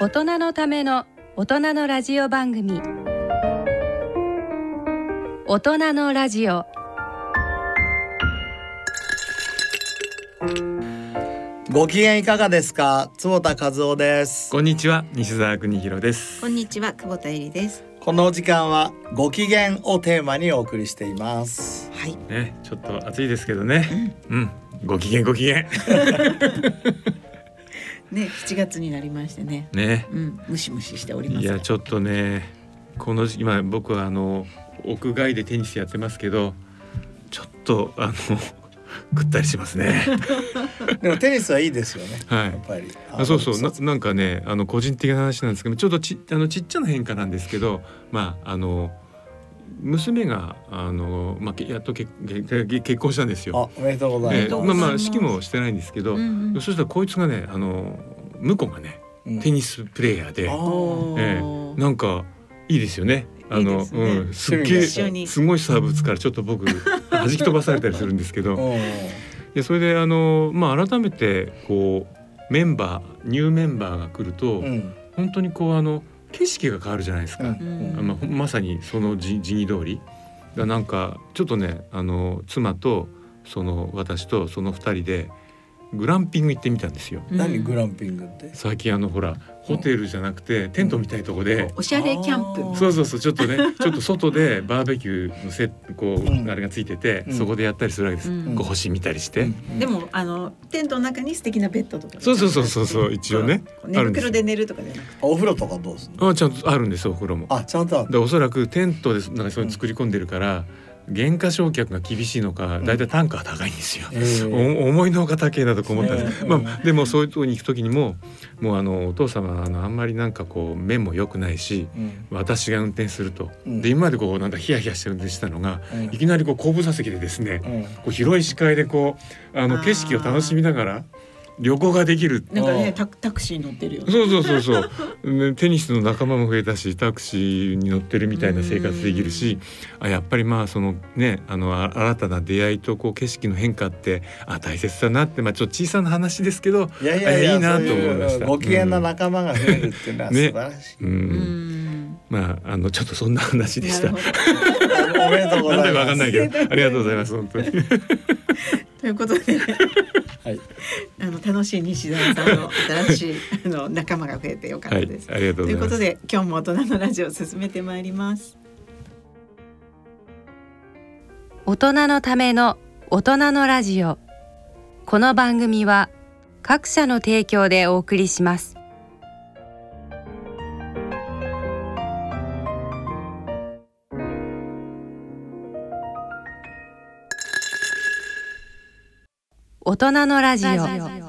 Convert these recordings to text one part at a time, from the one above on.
大人のための大人のラジオ番組、大人のラジオ。 ご機嫌いかがですか。坪田和夫です。 こんにちは、西澤邦弘です。 こんにちは、久保田恵里です。 この時間はご機嫌をテーマにお送りしています。 はい、 ね、ちょっと暑いですけどね、ご機嫌ご機嫌ね、7月になりましてね、ムシムシしております。 いや、ちょっとね、この今僕は屋外でテニスやってますけど、ちょっとぐったりしますねでもテニスはいいですよね、 はい、 やっぱりそうなんかね、個人的な話なんですけど、ちょっとちっちゃな変化なんですけど、娘がやっと結婚したんですよ。 おめでとうございます。 式もしてないんですけど、そしたらこいつがね、婿がね、テニスプレーヤーで、なんかいいですよね。すっげえすごいサーブ打つから、ちょっと僕弾き飛ばされたりするんですけどで、それで改めてこうニューメンバーが来ると、本当にこう景色が変わるじゃないですか。まさにその時期通りが、なんかちょっとね、妻と私とその2人でグランピング行ってみたんですよ。 何グランピングって？最近ほらホテルじゃなくてテントみたいなとこで、 おしゃれキャンプ。 そうちょっとねちょっと外でバーベキューのこうあれがついてて、そこでやったりするわけです。こう星見たりして、 でもテントの中に素敵なベッドとか、 そう一応ね、 寝袋で寝るとかじゃなくて、 お風呂とかどうするの？ ちゃんとあるんですよ、お風呂も。 ちゃんとある。 で、おそらくテントでなんかそういうの作り込んでるから、減価償却が厳しいのか、だいたい単価が高いんですよ。思いのほか高いなと思ったんです。でもそういうところに行くときにもうお父様はあんまりなんかこう目も良くないし、私が運転すると、で今までこうなんかヒヤヒヤして運転したのが、いきなりこう後部座席でですね、こう広い視界でこう景色を楽しみながら旅行ができる。 なんかね、タクシー乗ってるよ。 そうテニスの仲間も増えたし、タクシーに乗ってるみたいな生活できるし、やっぱりそのね、新たな出会いとこう景色の変化って大切だなって、ちょっと小さな話ですけど、いいなと思いました。 ご機嫌な仲間が増えるっていうのは素晴らしい。 ちょっとそんな話でした。 おめでとうございます。なんだかわかんないけど、ありがとうございます、本当に。 ということで、楽しい西澤さんの新しい仲間が増えてよかったです。 ありがとうございます。ということで、今日も大人のラジオを進めてまいります。 大人のための大人のラジオ。この番組は各社の提供でお送りします。大人のラジオ。はい、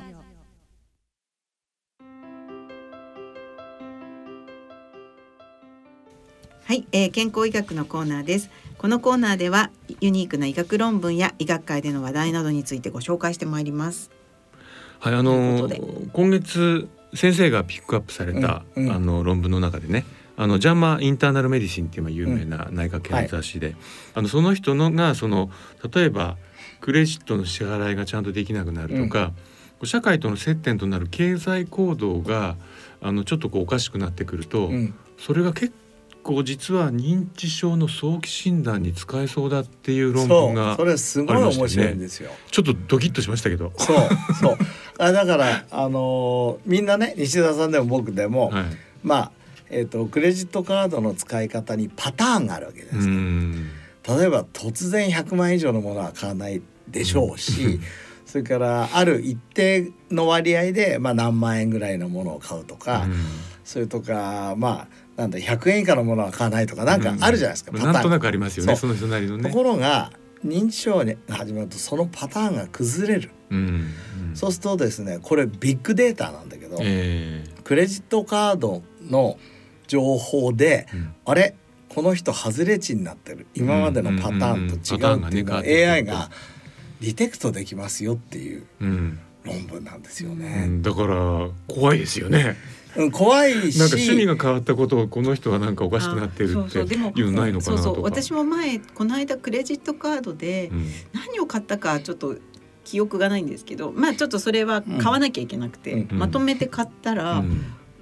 健康医学のコーナーです。このコーナーではユニークな医学論文や医学界での話題などについてご紹介してまいります。 はい、今月先生がピックアップされた、論文の中でね、ジャーマインターナルメディシンっていう有名な内科系の雑誌で、その人のが例えばクレジットの支払いがちゃんとできなくなるとか、社会との接点となる経済行動がちょっとこうおかしくなってくると、それが結構実は認知症の早期診断に使えそうだっていう論文がありましたね。 それすごい面白いんですよ。 ちょっとドキッとしましたけど。 そうだからみんなね、西田さんでも僕でも、クレジットカードの使い方にパターンがあるわけです。例えば突然100万以上のものは買わないでしょうし、それからある一定の割合で、何万円ぐらいのものを買うとか、それとかなんだ100円以下のものは買わないとか、なんかあるじゃないですか、パターン。 なんとなくありますよね、その人なりのね。 ところが認知症が始まるとそのパターンが崩れる。そうするとですね、これビッグデータなんだけど、クレジットカードの情報で、あれこの人外れ値になってる、今までのパターンと違うっていうのを AI がディテクトできますよっていう論文なんですよね。 だから怖いですよね。 怖いし、 なんか趣味が変わったことをこの人はなんかおかしくなってるっていうのないのかなとか。 私もこの間クレジットカードで何を買ったかちょっと記憶がないんですけど、ちょっとそれは買わなきゃいけなくて、まとめて買ったら、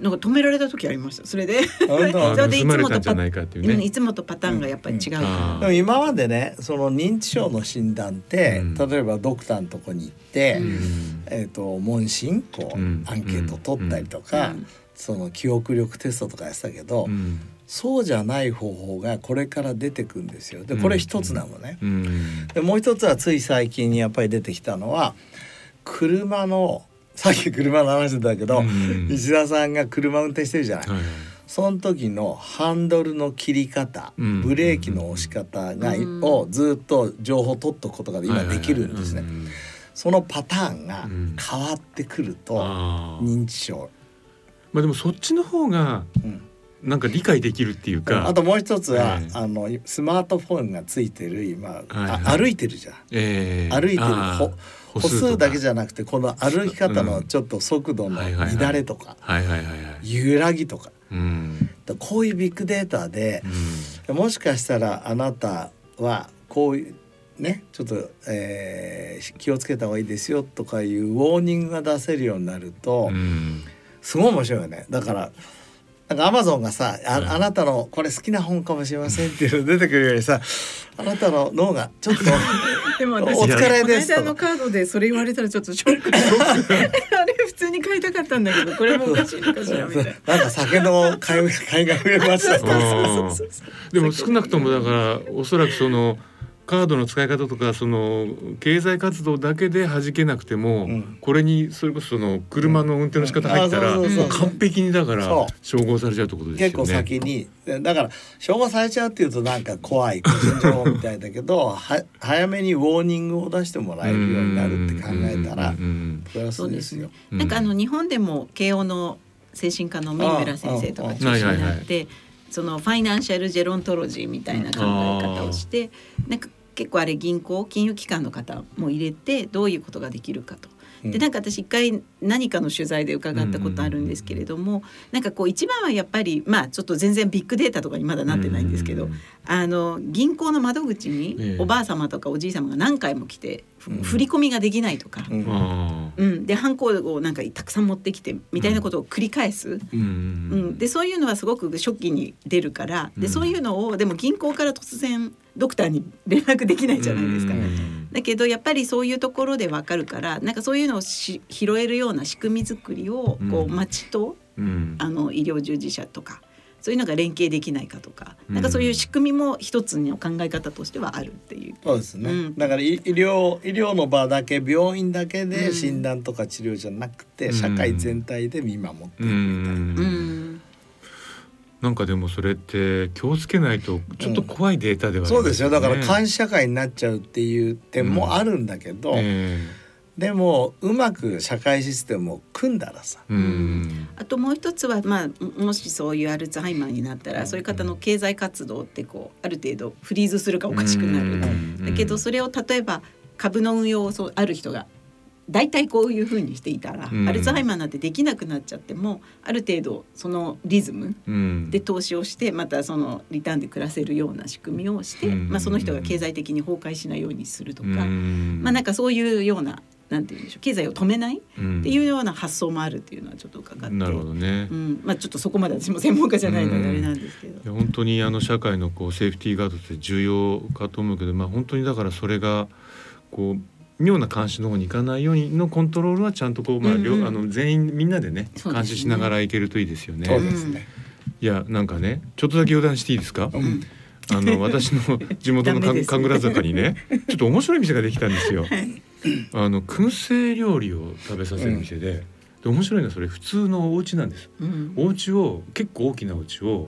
なんか止められた時ありました。それで盗まれたんじゃないかっていうね、 いつもとパターンがやっぱり違うから、 でも今までねその認知症の診断って、例えばドクターのとこに行って、問診こう、アンケート取ったりとか、その記憶力テストとかやってたけど、そうじゃない方法がこれから出てくるんですよ。でこれ一つなのね、でもう一つはつい最近にやっぱり出てきたのは車の、さっき車の話だけど、石田さんが車運転してるじゃない、その時のハンドルの切り方、ブレーキの押し方が、をずっと情報を取っとくことが今できるんですね。そのパターンが変わってくると、認知症、 まあでもそっちの方がなんか理解できるっていうか、 あともう一つは、スマートフォンがついてる今、歩いてるじゃん、歩いてる歩数だけじゃなくてこの歩き方のちょっと速度の乱れとか揺らぎとか、こういうビッグデータで、もしかしたらあなたはこういうねちょっと、気をつけた方がいいですよとかいうウォーニングが出せるようになると、すごい面白いよね。だからなんかアマゾンがさ、あなたのこれ好きな本かもしれませんっていうの出てくるようにさ、あなたの脳がちょっとでも私お疲れですとこの間のカードでそれ言われたらちょっとショックであれ普通に買いたかったんだけどこれもおかしいのかしらみたいな。 なんか酒の買いが増えましたでも少なくともだからおそらくそのカードの使い方とかその経済活動だけで弾けなくても、これにそれこそその車の運転の仕方入ったら完璧にだから照合されちゃうってことですよね。 結構先にだから照合されちゃうっていうとなんか怖い個人情報みたいだけど早めにウォーニングを出してもらえるようになるって考えたらプラスですよ。 なんか日本でも慶応の精神科の三村先生とか中心になってそのファイナンシャルジェロントロジーみたいな考え方をして、なんか結構あれ金融機関の方も入れてどういうことができるかと。でなんか私一回何かの取材で伺ったことあるんですけれども、なんかこう一番はやっぱりまあちょっと全然ビッグデータとかにまだなってないんですけど、銀行の窓口におばあ様とかおじい様が何回も来て振り込みができないとか、でハンコをなんかたくさん持ってきてみたいなことを繰り返す、でそういうのはすごく初期に出るから、でそういうのをでも銀行から突然ドクターに連絡できないじゃないですか。だけどやっぱりそういうところで分かるから、なんかそういうのを拾えるような仕組み作りをこう町と、医療従事者とかそういうのが連携できないかとか、なんかそういう仕組みも一つの考え方としてはあるっていう。 そうですね、だから医療の場だけ病院だけで診断とか治療じゃなくて、社会全体で見守っていくみたいな。 なんかでもそれって気をつけないとちょっと怖いデータではありますよね。そうですよ。だから監視社会になっちゃうっていう点もあるんだけど、でもうまく社会システムを組んだらさ、 あともう一つは、もしそういうアルツハイマーになったら、そういう方の経済活動ってこうある程度フリーズするかおかしくなる、だけどそれを例えば株の運用をある人が大体こういう風にしていたら、アルツハイマーなんてできなくなっちゃってもある程度そのリズムで投資をしてまたそのリターンで暮らせるような仕組みをして、その人が経済的に崩壊しないようにするとか、なんかそういうようななんて言うんでしょう、経済を止めないっていうような発想もあるっていうのはちょっと伺って、 なるほどね、 ちょっとそこまで私も専門家じゃないのであれなんですけど、 いや本当に社会のこうセーフティーガードって重要かと思うけど、本当にだからそれがこう妙な監視の方に行かないようにのコントロールはちゃんとこう、全員みんなでね監視しながらいけるといいですよね。 そうですね。 いやなんかねちょっとだけ余談していいですか。私の地元の神楽坂にねちょっと面白い店ができたんですよ。燻製料理を食べさせる店で、面白いのはそれ普通のお家なんです。お家を結構大きなお家を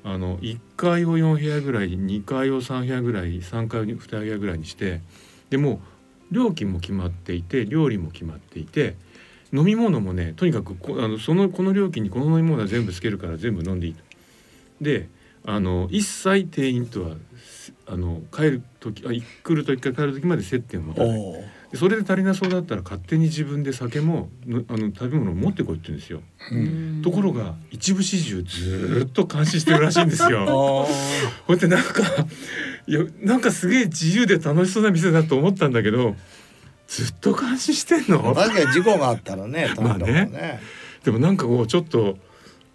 1階を4部屋ぐらい、2階を3部屋ぐらい、3階を2部屋ぐらいにして、でも料金も決まっていて料理も決まっていて、飲み物もねとにかくこの料金にこの飲み物は全部つけるから全部飲んでいいと。で一切店員とは帰る時来る時から帰る時まで接点を持たない。でそれで足りなそうだったら勝手に自分で酒も食べ物を持ってこいって言うんですよ。ところが一部始終ずっと監視してるらしいんですよ。こうやってなんかすげえ自由で楽しそうな店だと思ったんだけど、ずっと監視してんの。 確かに事故があったらね、 でもなんかこうちょっと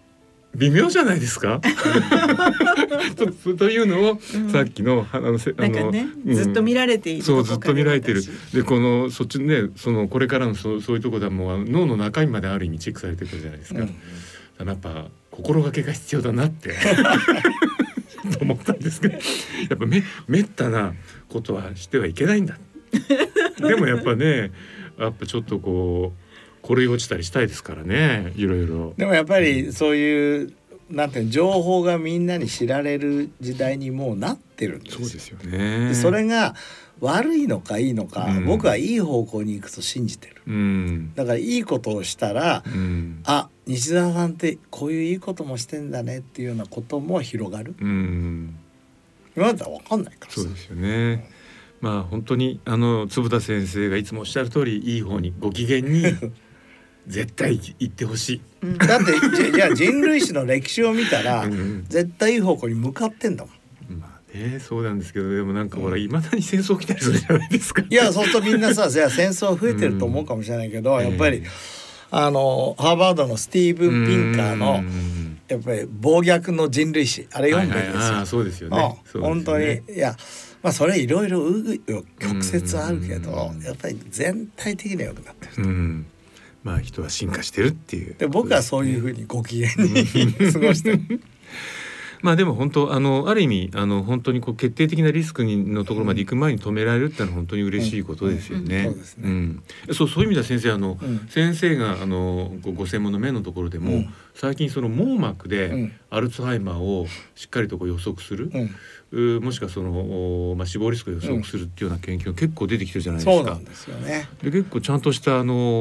微妙じゃないですかというのを、さっきのなんかね、ずっと見られている、 そうずっと見られてる。でそっちね、これからのそういうところではもう脳の中身まである意味チェックされてくるじゃないですか。やっぱ心がけが必要だなってと思ったんですけど、やっぱめったなことはしてはいけないんだでもやっぱね、やっぱちょっと転げ落ちたりしたいですからね、いろいろ。 でもやっぱりそういうなんていう情報がみんなに知られる時代にもうなってるんですよ。 そうですよね。 でそれが悪いのかいいのか、僕はいい方向に行くと信じてる。だからいいことをしたら、あ、西澤さんってこういういいこともしてんだねっていうようなことも広がる。今までは分かんないからさ。 そうですよね。まあ本当に坪田先生がいつもおっしゃる通り、いい方にご機嫌に絶対行ってほしい。 だってじゃあ人類史の歴史を見たら絶対いい方向に向かってんだもん。 まあね、そうなんですけど、でもなんかほらいまだに戦争来たりするじゃないですか。 いや、そうするとみんなさ、じゃあ戦争増えてると思うかもしれないけど、やっぱりハーバードのスティーブン・ピンカーのやっぱり暴虐の人類史、あれ読んでるんですよ。 そうですよね。 本当に。いや、まあそれいろいろ曲折あるけど、やっぱり全体的には良くなってる。 まあ人は進化してるっていう。 で僕はそういうふうにご機嫌に過ごしてる。 まあでも本当ある意味本当に決定的なリスクのところまで行く前に止められるってのは本当に嬉しいことですよね。 そうですね。 そういう意味では先生先生がご専門の目のところでも、最近その網膜でアルツハイマーをしっかりと予測する、もしくは死亡リスクを予測するっていうような研究が結構出てきてるじゃないですか。 そうなんですよね。 で結構ちゃんとした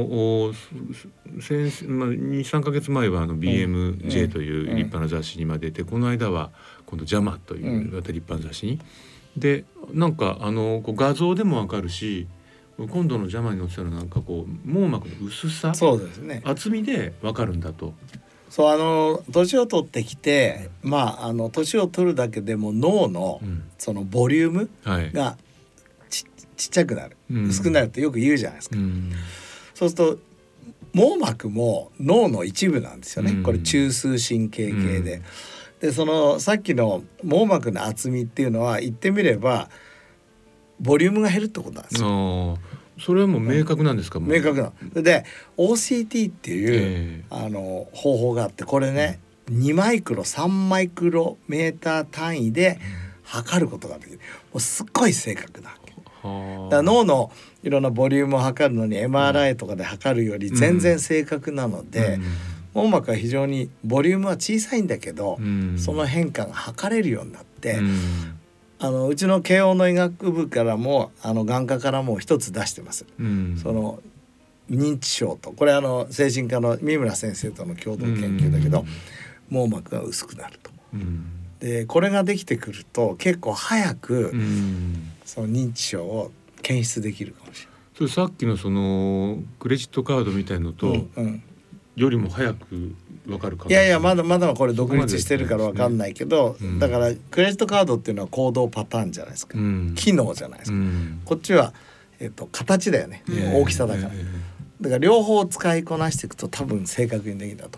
2,3 ヶ月前はBMJ という立派な雑誌にまで出て、この間は今度JAMAという立派な雑誌に、でなんか画像でもわかるし、今度のJAMAに載ってたのなんか網膜の薄さ、 そうですね、 厚みでわかるんだと。 そう年を取ってきて、年を取るだけでも脳のそのボリュームがちっちゃくなる、薄くなるってよく言うじゃないですか。そうすると網膜も脳の一部なんですよね。これ中枢神経系で、でさっきの網膜の厚みっていうのは言ってみればボリュームが減るってことなんですよ。 それはもう明確なんですか？ 明確なで OCT っていう、方法があって、これね2マイクロ3マイクロメーター単位で測ることができる。もうすっごい正確なわけだから脳のいろんなボリュームを測るのに MRI とかで測るより全然正確なので、網膜は非常にボリュームは小さいんだけど、その変化が測れるようになって、うちの慶応の医学部からも眼科からも一つ出してます。その認知症と、これ精神科の三村先生との共同研究だけど、網膜が薄くなると。でこれができてくると結構早くその認知症を検出できるかもしれない。 それさっきのクレジットカードみたいのと、よりも早く分かるかも。 いやまだこれ独立してるから分かんないけど、だからクレジットカードっていうのは行動パターンじゃないですか、機能じゃないですか、こっちは、形だよね、大きさだから、だから両方使いこなしていくと多分正確にできたと。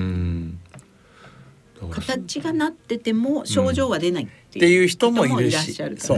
形がなってても症状は出ないっていう人もいるし、 そういうこと。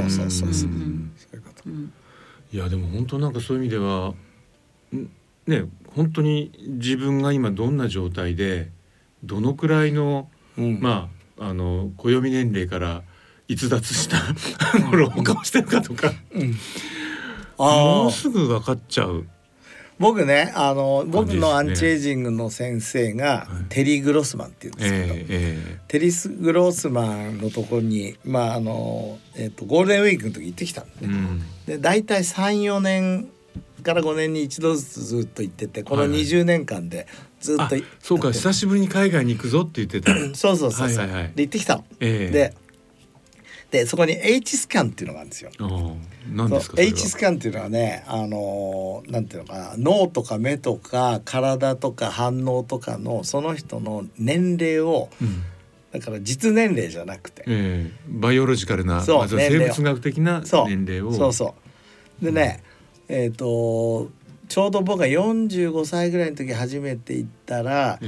いやでも本当なんかそういう意味ではね、本当に自分が今どんな状態でどのくらいの、暦年齢から逸脱した老化をしてるかとか、もうすぐ分かっちゃう。 僕ね、僕のアンチエイジングの先生がテリー・グロスマンっていうんですけど、テリス・グロスマンのところに、ゴールデンウィークの時行ってきたんで、で大体 3,4 年から5年に一度ずっと行ってて、この20年間でずっと、 そうか、久しぶりに海外に行くぞって言ってたそう、で行ってきたの、でそこに H スキャンっていうのがあるんですよ。 何ですかそれは。 H スキャンっていうのはね、なんていうのかな、脳とか目とか体とか反応とかのその人の年齢を、だから実年齢じゃなくて、 バイオロジカルな、生物学的な年齢を。 そうでね、ちょうど僕が45歳ぐらいの時初めて行ったら、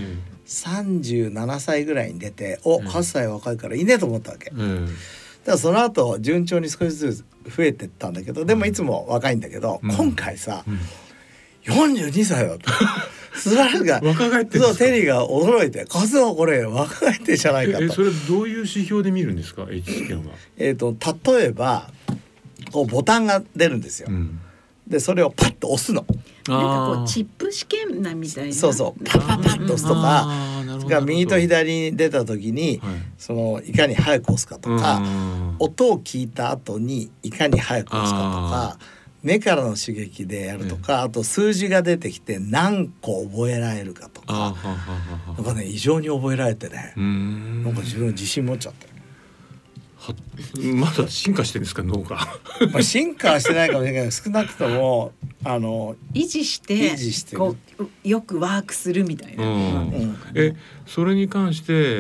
37歳ぐらいに出て、8歳若いからいいねと思ったわけ。だからその後順調に少しずつ増えてったんだけど、でもいつも若いんだけど、今回さ、42歳だった。スバルが若返ってるんですか。 そう、テリーが驚いて、カズはこれ若返ってじゃないかと。 それどういう指標で見るんですか、HCM は。 例えばこうボタンが出るんですよ、でそれをパッと押すの。 なんかこうチップ試験なみたいな。 そうそう、パッパッパッと押すとか、が右と左に出た時に、そのいかに早く押すかとか、音を聞いた後にいかに早く押すかとか、目からの刺激でやるとか、あと数字が出てきて何個覚えられるかとか、なんかね異常に覚えられてね、なんか自分自信持っちゃったよ。 まだ進化してるんですか、脳が。 まあ進化はしてないかもしれないけど、少なくとも維持してこうよくワークするみたいな。 それに関して、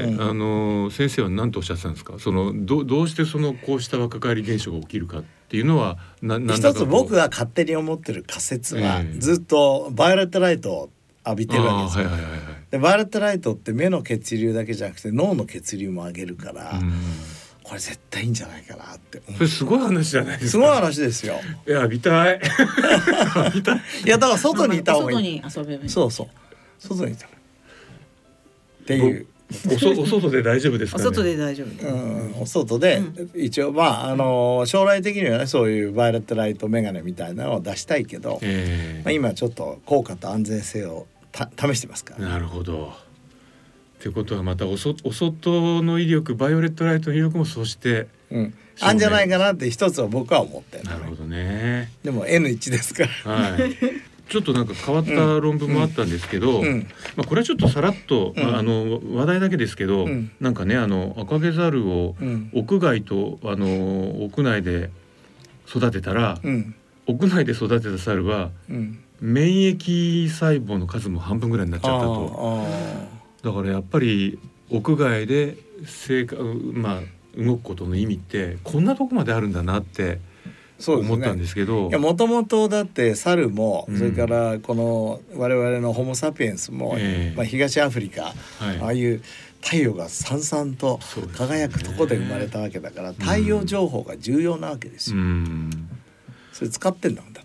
先生は何とおっしゃってたんですか。どうしてこうした若返り現象が起きるかっていうのは一つ僕が勝手に思ってる仮説は、ずっとバイオレットライトを浴びてるわけですよ。でバイオレットライトって目の血流だけじゃなくて脳の血流も上げるから、これ絶対いいんじゃないかなって思う。 それすごい話じゃないですか。 すごい話ですよ。 いや、見たい。 いやだから外にいた方がいい。 外に遊べばいい。 そうそう、外にいたっていう。 お外で大丈夫ですかね。 お外で大丈夫です。 お外で、一応将来的にはね、そういうバイオレットライトメガネみたいなのを出したいけど、今ちょっと効果と安全性を試してますから。 なるほど。ってことはまたお外の威力、バイオレットライトの威力もそうして、 あんじゃないかなって一つは僕は思ってる。 なるほどね。 でも N1 ですから。 ちょっとなんか変わった論文もあったんですけど、これはちょっとさらっと、話題だけですけど、なんかね、アカゲザルを屋外と屋内で育てたら、屋内で育てた猿は、免疫細胞の数も半分ぐらいになっちゃったと。だからやっぱり屋外で動くことの意味ってこんなとこまであるんだなって思ったんですけど、 もともとだって猿も、それからこの我々のホモ・サピエンスも、東アフリカ、ああいう太陽がさんさんと輝くとこで生まれたわけだから、太陽情報が重要なわけですよ。それ使ってんだもんだって。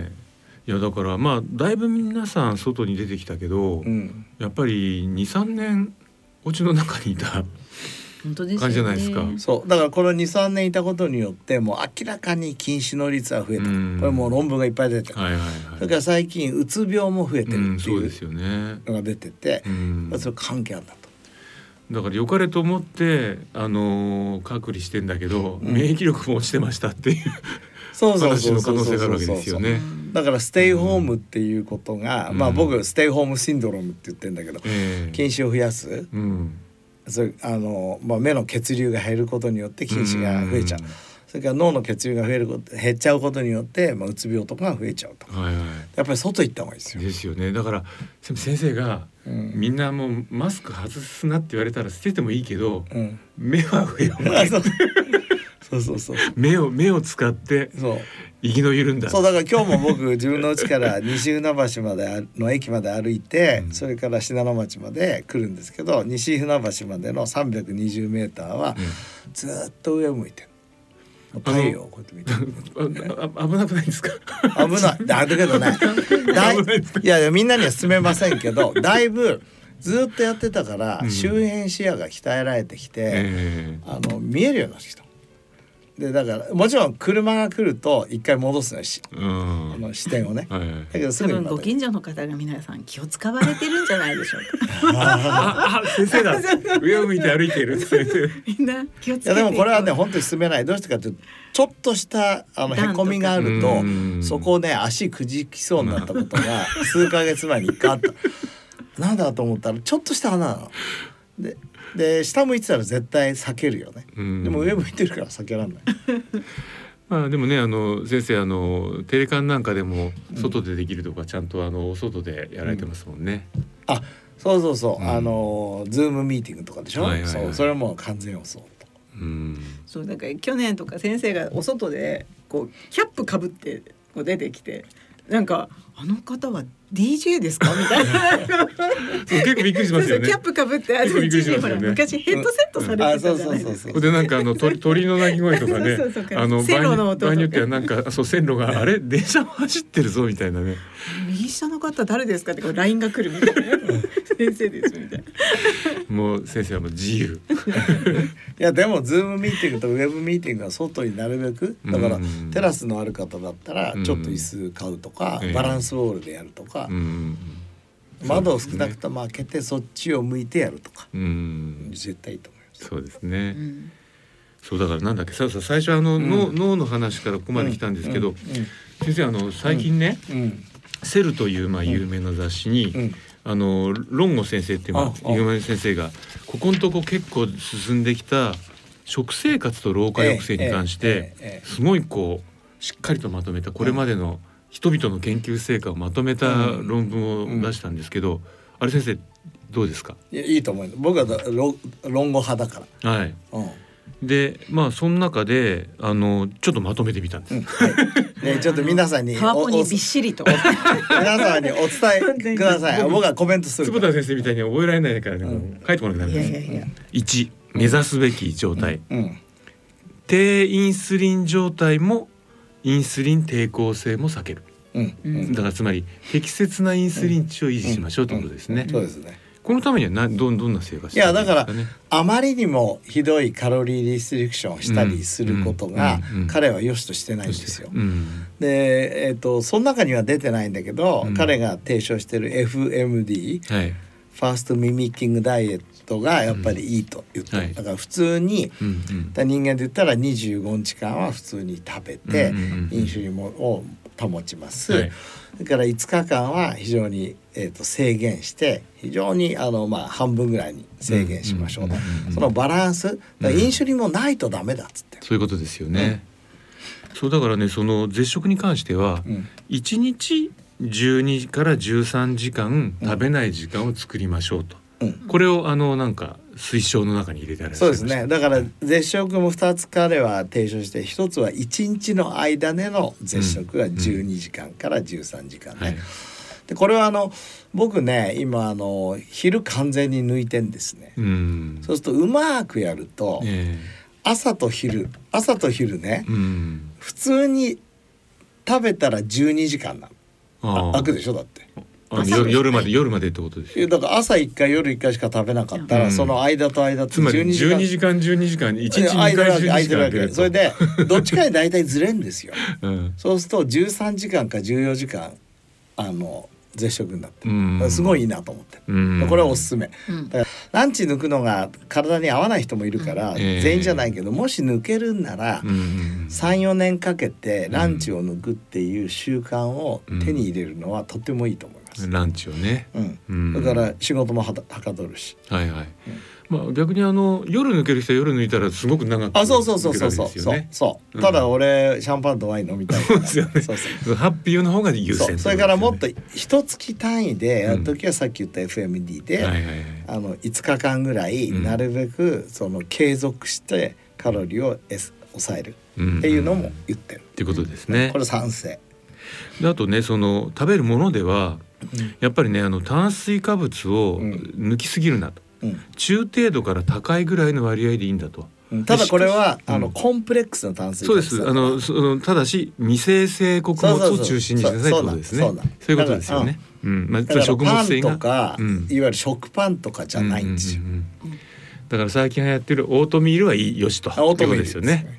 いやだからだいぶ皆さん外に出てきたけど、やっぱり 2,3 年お家の中にいた感じじゃないですか。 そうだからこの 2,3 年いたことによってもう明らかに近視の率は増えた。これもう論文がいっぱい出てる。それから最近うつ病も増えてるっていうのが出てて、それ関係あるんだと。 だから良かれと思って隔離してんだけど、免疫力も落ちてましたっていう話の可能性があるわけですよね。 だからステイホームっていうことが、僕ステイホームシンドロームって言ってるんだけど、近視を増やす、それ目の血流が減ることによって近視が増えちゃう、それから脳の血流が減っちゃうことによって、うつ病とかが増えちゃうと、やっぱり外行った方がいいですよ。 ですよね。だから先生が、みんなもうマスク外すなって言われたら捨ててもいいけど、目は上を向けて目を使って息の緩んだ。 そうだから今日も僕自分の家から西船橋までの駅まで歩いて、それから信濃町まで来るんですけど、西船橋までの320メーターはずっと上を向いてる。太陽をこうやって見てる。 危なくないですか。 危ない。だけどね。いやみんなには勧めませんけど、だいぶずっとやってたから周辺視野が鍛えられてきて、見えるようになってきた。でだからもちろん車が来ると一回戻すのし、視点をね、だけどすぐにご近所の方が皆さん気を使われてるんじゃないでしょうか。 先生だ、上を向いて歩いているみんな気をつけて。 いやでもこれはね本当に進めない。どうしてかというと、ちょっとしたへこみがあると、そこをね足くじきそうになったことが数ヶ月前に一回あった。なんだと思ったらちょっとした穴なので下向いてたら絶対避けるよね。でも上向いてるから避けらんない。 でもね、先生テレカンなんかでも外でできるとか、ちゃんとお外でやられてますもんね。 そうそうそう、ズームミーティングとかでしょ。それはもう完全予想と。 そうだから去年とか先生がお外でこうキャップかぶってこう出てきて、なんかあの方は DJ ですかみたいな結構びっくりしますよね。 キャップかぶって昔ヘッドセットされてたじゃないですか。 でなんか鳥の鳴き声とかね線路の音とか場合によってはなんか線路があれ電車走ってるぞみたいなね。 右下の方誰ですかってLINE が来るみたいな先生ですみたいな。 もう先生はもう自由いやでもズームミーティングとウェブミーティングは外になるべくだからテラスのある方だったらちょっと椅子買うとかバランスボールでやるとか窓を少なくとも開けてそっちを向いてやるとか絶対いいと思います。 そうですね。そうだからなんだっけ最初脳の話からここまで来たんですけど先生最近ねセルという有名な雑誌にロンゴ先生っていう有名な先生がここのとこ結構進んできた食生活と老化抑制に関してすごいしっかりとまとめたこれまでの人々の研究成果をまとめた論文を出したんですけど、あれ先生どうですか？ いいと思います。僕は論語派だから。 はい。でその中でちょっとまとめてみたんです。 ね、ちょっと皆さんにパワポにびっしりと皆さんにお伝えください。僕はコメントする。 坪田先生みたいに覚えられないからね、書いてもらえないです。1、目指すべき状態。低インスリン状態もインスリン抵抗性も避ける。だからつまり適切なインスリン値を維持しましょうということですね。 そうですね。 このためにはどんな生活？ いやだからあまりにもひどいカロリーリストリクションしたりすることが彼は良しとしてないんですよ。でその中には出てないんだけど、彼が提唱している FMD、ファーストミミッキングダイエットがやっぱりいいと言ってる。だから普通に人間で言ったら25日間は普通に食べてインシュリンを保ちます。それから5日間は非常に制限して非常に半分ぐらいに制限しましょう。そのバランス、インシュリンもないとダメだっつって。 そういうことですよね。そうだからねその絶食に関しては1日12から13時間食べない時間を作りましょうと。これをなんか推奨の中に入れてあるんです。 そうですね。だから絶食も2つ彼は提唱して、1つは1日の間での絶食が12時間から13時間ね。でこれは僕ね今昼完全に抜いてんですね。そうするとうまくやると、朝と昼ね、普通に食べたら12時間なの。空くでしょだって。 夜までってことですよ。 だから朝1回夜1回しか食べなかったら、その間と間って 12時間1日2回空いてるわけ。それでどっちかに大体ずれんですよ。そうすると13時間か14時間絶食になってる。すごいいいなと思って、これはおすすめ。だからランチ抜くのが体に合わない人もいるから、全員じゃないけどもし抜けるんなら 3,4 年かけてランチを抜くっていう習慣を手に入れるのはとてもいいと思います。 ランチをね、 だから仕事もはかどるし、 逆に夜抜ける人は夜抜いたらすごく長くそう。ただ俺シャンパンとワイン飲みたいからハッピーの方が優先。 それからもっと一月単位でやるときはさっき言った FMD で5日間ぐらいなるべく継続してカロリーを抑えるっていうのも言ってるっていうことですね。 これ賛成で、あとね食べるものではやっぱりね炭水化物を抜きすぎるなと、中程度から高いぐらいの割合でいいんだと。 ただこれはコンプレックスの炭水化物そうです。ただし未生成穀物を中心にしなさいってことですね。そういうことですよね。 だから食物繊維がパンとかいわゆる食パンとかじゃないんですよ。 だから最近流行ってるオートミールはいいよしということですよね。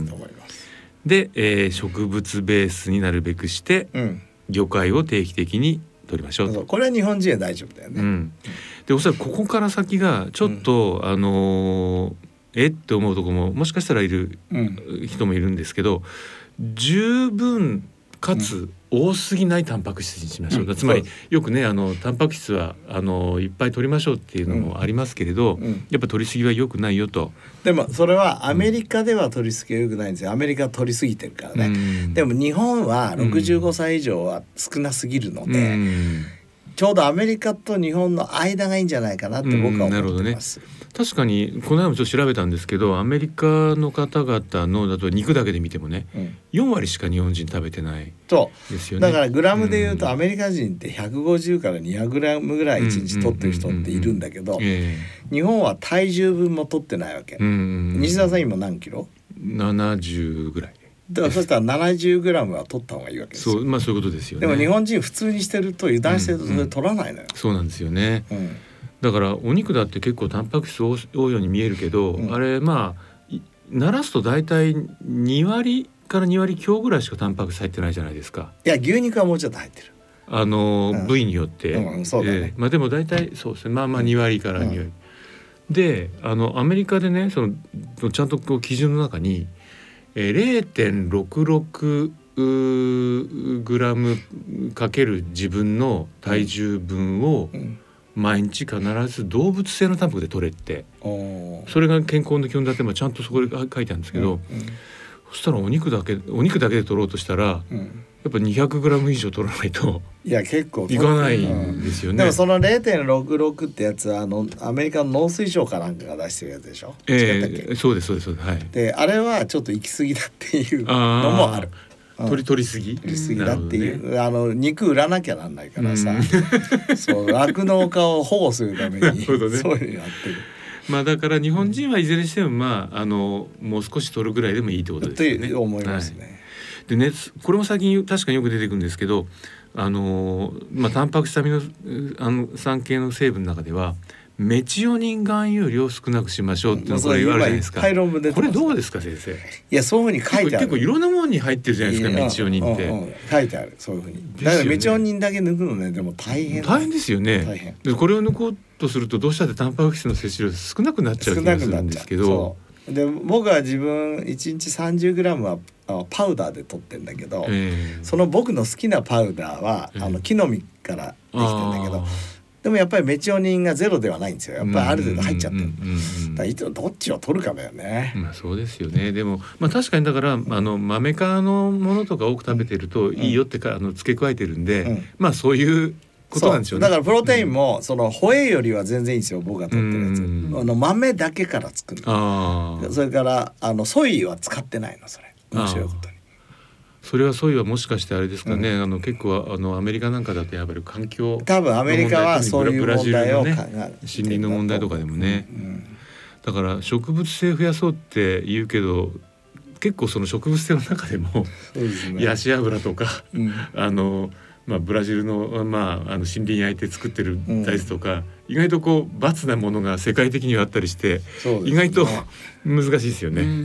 で、植物ベースになるべくして魚介を定期的に取りましょうと。 これは日本人は大丈夫だよね。 でおそらくここから先がちょっとって思うとこももしかしたらいる人もいるんですけど、十分かつ多すぎないタンパク質にしましょう。つまりよくねタンパク質はいっぱい取りましょうっていうのもありますけれど、やっぱ取りすぎは良くないよと。 でもそれはアメリカでは取りすぎは良くないんですよ。アメリカは取りすぎてるからね。でも日本は65歳以上は少なすぎるので、ちょうどアメリカと日本の間がいいんじゃないかなって僕は思ってます。 確かにこの間もちょっと調べたんですけど、アメリカの方々のだと肉だけで見てもね、4割しか日本人食べてないですよね。 だからグラムでいうとアメリカ人って150から200グラムぐらい1日取ってる人っているんだけど、日本は体重分も取ってないわけ。西田さん今何キロ ？70ぐらい。 だからそしたら70グラムは取った方がいいわけですよ。 そう、そういうことですよね。 でも日本人普通にしてると油断してるとそれ取らないのよ。 そうなんですよね。だからお肉だって結構タンパク質多いように見えるけど、あれならすと大体2割から2割強ぐらいしかタンパク質入ってないじゃないですか。 いや牛肉はもうちょっと入ってる。 部位によって、 そうだね。 でも大体そうですね。2割から2割。でアメリカでね、ちゃんとこう基準の中に、0.66グラムかける自分の体重分を毎日必ず動物性のタンパクで取れって、それが健康の基本だってちゃんとそこで書いてあるんですけど、そしたらお肉だけで取ろうとしたら、やっぱ200グラム以上取らないと結構いかないんですよね。 でもその 0.66 ってやつはアメリカの農水省かなんかが出してるやつでしょ。違ったっけ？ そうですはい。 であれはちょっと行き過ぎだっていうのもある。 取りすぎだっていう、肉売らなきゃなんないからさ、そう酪農家を保護するためにそういうのやってる。 だから日本人はいずれにしてももう少し取るぐらいでもいいってことですよね。 って思いますね。 でね、これも最近確かによく出てくるんですけど、タンパク質アミノ酸系の成分の中ではメチオニン含有量を少なくしましょうっていうのがあるじゃないですか。これどうですか先生？ いやそういうふうに書いてある。 結構いろんなものに入ってるじゃないですか、メチオニンって。 書いてある、そういうふうに。だからメチオニンだけ抜くのね、でも大変ですよね。でこれを抜こうとするとどうしたってタンパク質の摂取量少なくなっちゃう気がするんですけど。 で僕は自分1日30グラムはパウダーで取ってんだけど、その僕の好きなパウダーは木の実からできてんだけど、でもやっぱりメチオニンがゼロではないんですよ。やっぱりある程度入っちゃってる。だからいつもどっちを取るかだよね。 そうですよね。でも確かにだからマメ科のものとか多く食べてるといいよって付け加えてるんで、そういうことなんでしょうね。 だからプロテインもそのホエイよりは全然いいんですよ、僕が取ってるやつ。豆だけから作るの。それからソイは使ってないの。それ面白いことに。 それはソイはもしかしてあれですかね、結構アメリカなんかだとやっぱり環境、 多分アメリカはそういう問題を考える、 森林の問題とかでもね、だから植物性増やそうって言うけど結構その植物性の中でもヤシ油とか、ブラジルの、森林焼いて作ってる大豆とか、意外とこう罰なものが世界的にはあったりして、意外と難しいですよね。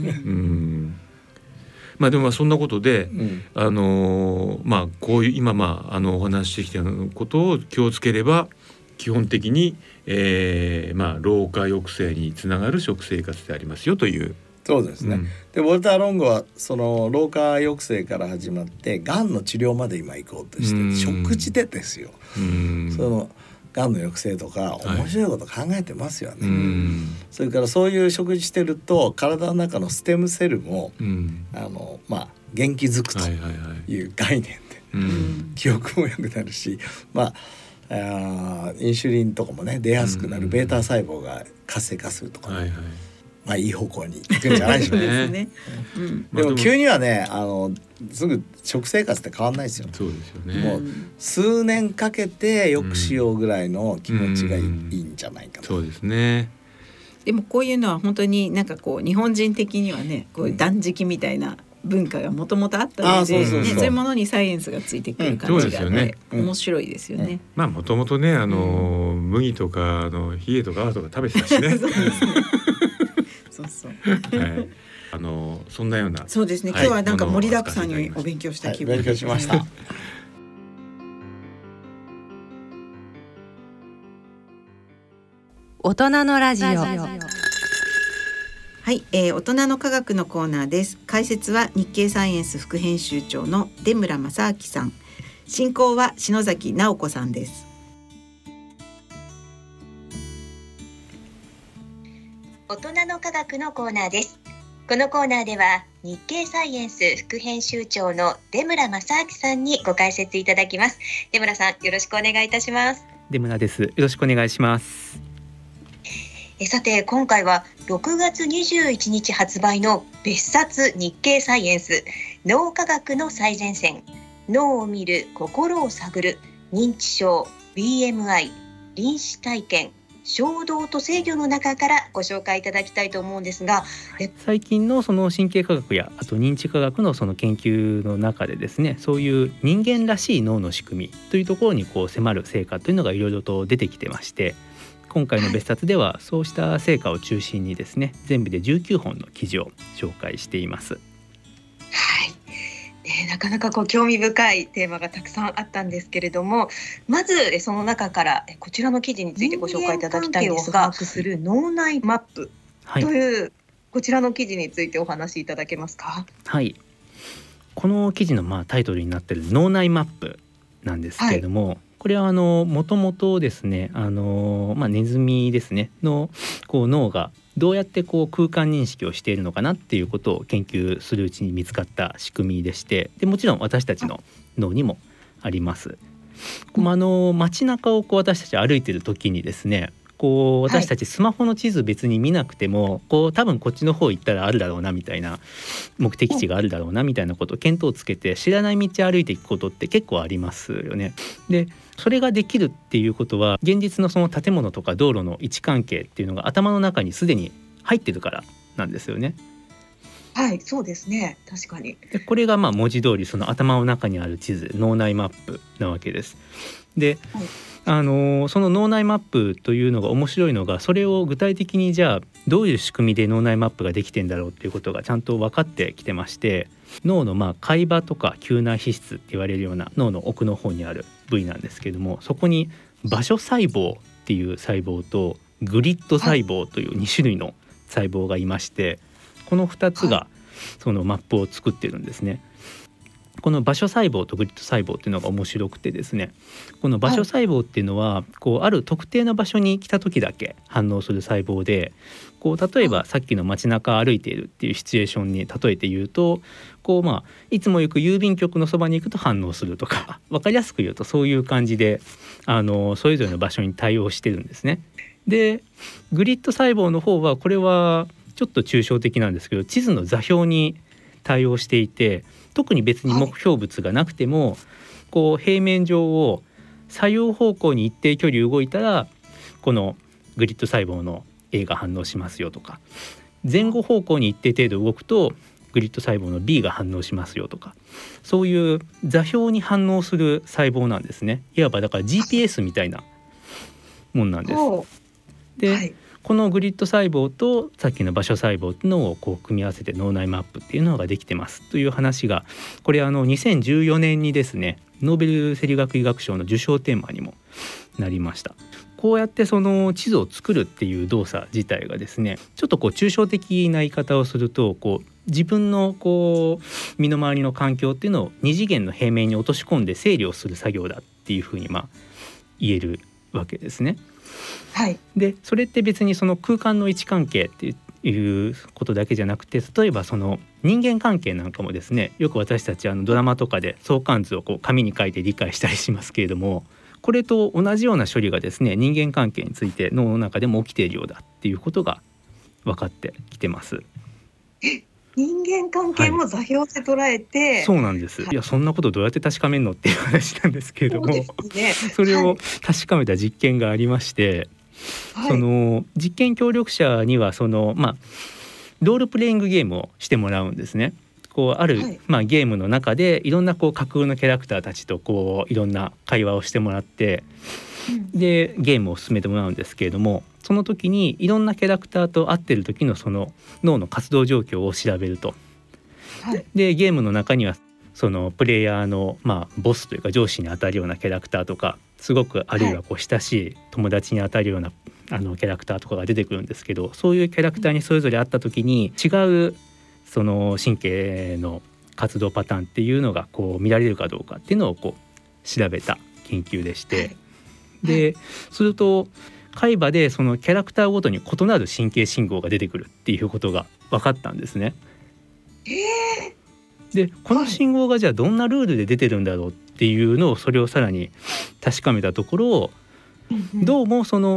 でもそんなことで、こういう今お話ししてきたことを気をつければ基本的に、老化抑制につながる食生活でありますよという。 そうですね。でウォルター・ロングはその老化抑制から始まってがんの治療まで今行こうとして、食事でですよ。そのがんの抑制とか面白いこと考えてますよね。それからそういう食事してると体の中のステムセルも、元気づくという概念で、記憶も良くなるし、インシュリンとかもね出やすくなる、ベータ細胞が活性化するとか、いい方向に行くんじゃないでしょうね。でも急にはねすぐ食生活って変わんないですよ。 そうですよね。 もう数年かけてよくしようぐらいの気持ちがいいんじゃないかな。 そうですね。 でもこういうのは本当になんかこう日本人的にはね、こういう断食みたいな文化がもともとあったので、そういうものにサイエンスがついてくる感じがね、面白いですよね。 もともとね麦とかヒエとかアワとか食べてたしね。そんなような。 そうですね。今日はなんか盛りだくさんにお勉強した気分。 勉強しました。 大人のラジオ。 はい、大人の科学のコーナーです。解説は日経サイエンス副編集長の出村正明さん。進行は篠崎直子さんです。 大人の科学のコーナーです。このコーナーでは日経サイエンス副編集長の出村正明さんにご解説いただきます。出村さん、よろしくお願いいたします。 出村です。よろしくお願いします。 さて今回は6月21日発売の別冊日経サイエンス脳科学の最前線、脳を見る心を探る、認知症 BMI 臨死体験、衝動と制御の中からご紹介いただきたいと思うんですが、 最近のその神経科学やあと認知科学のその研究の中でですね、そういう人間らしい脳の仕組みというところにこう迫る成果というのがいろいろと出てきてまして、今回の別冊ではそうした成果を中心にですね、全部で19本の記事を紹介しています。 はい、なかなか興味深いテーマがたくさんあったんですけれども、まずその中からこちらの記事についてご紹介いただきたいんですが、人間関係を把握する脳内マップという、こちらの記事についてお話しいただけますか。 はい、この記事のタイトルになっている脳内マップなんですけれども、これはもともとですね、ネズミですねの脳がどうやって空間認識をしているのかなっていうことを研究するうちに見つかった仕組みでして、でもちろん私たちの脳にもあります。街中を私たち歩いている時にですね、私たちスマホの地図別に見なくても多分こっちの方行ったらあるだろうなみたいな、目的地があるだろうなみたいなことを見当をつけて知らない道を歩いていくことって結構ありますよね。でそれができるっていうことは、現実のその建物とか道路の位置関係っていうのが頭の中にすでに入ってるからなんですよね。 はい、そうですね、確かに。 でこれが文字通りその頭の中にある地図、脳内マップなわけです。で、その脳内マップというのが面白いのが、それを具体的にじゃあどういう仕組みで脳内マップができてんだろうっていうことがちゃんと分かってきてまして、脳の海馬とか丘内皮質って言われるような脳の奥の方にある部位なんですけども、そこに場所細胞っていう細胞とグリッド細胞という2種類の細胞がいまして、この2つがそのマップを作ってるんですね。この場所細胞とグリッド細胞っていうのが面白くてですね、この場所細胞っていうのはある特定の場所に来た時だけ反応する細胞で、例えばさっきの街中歩いているっていうシチュエーションに例えて言うと、いつも行く郵便局のそばに行くと反応するとか、分かりやすく言うとそういう感じでそれぞれの場所に対応してるんですね。でグリッド細胞の方はこれはちょっと抽象的なんですけど、地図の座標に対応していて、特に別に目標物がなくても平面上を左右方向に一定距離動いたらこのグリッド細胞の A が反応しますよとか、前後方向に一定程度動くとグリッド細胞の B が反応しますよとか、そういう座標に反応する細胞なんですね。いわばだから GPS みたいなもんなんです。で、このグリッド細胞とさっきの場所細胞っていうのを組み合わせて脳内マップっていうのができてますという話が、これ2014年にですねノーベル生理学医学賞の受賞テーマにもなりました。こうやってその地図を作るっていう動作自体がですね、ちょっと抽象的な言い方をすると自分の身の回りの環境っていうのを二次元の平面に落とし込んで整理をする作業だっていうふうに言えるわけですね。 はい、 でそれって別にその空間の位置関係っていうことだけじゃなくて、例えばその人間関係なんかもですね、よく私たちドラマとかで相関図を紙に書いて理解したりしますけれども、これと同じような処理がですね人間関係について脳の中でも起きているようだっていうことが分かってきてます。 人間関係も座標で捉えて、 そうなんです。いやそんなことどうやって確かめるのっていう話なんですけれども、それを確かめた実験がありまして、その実験協力者にはそのロールプレイングゲームをしてもらうんですね。あるゲームの中でいろんな架空のキャラクターたちといろんな会話をしてもらって、でゲームを進めてもらうんですけれども、その時にいろんなキャラクターと会ってる時のその脳の活動状況を調べると、でゲームの中にはそのプレイヤーのボスというか上司にあたるようなキャラクターとか、すごくあるいは親しい友達にあたるようなキャラクターとかが出てくるんですけど、そういうキャラクターにそれぞれ会った時に違うその神経の活動パターンっていうのが見られるかどうかっていうのを調べた研究でして、ですると海馬でそのキャラクターごとに異なる神経信号が出てくるっていうことが分かったんですね。でこの信号がじゃあどんなルールで出てるんだろうっていうのを、それをさらに確かめたところ、どうもそ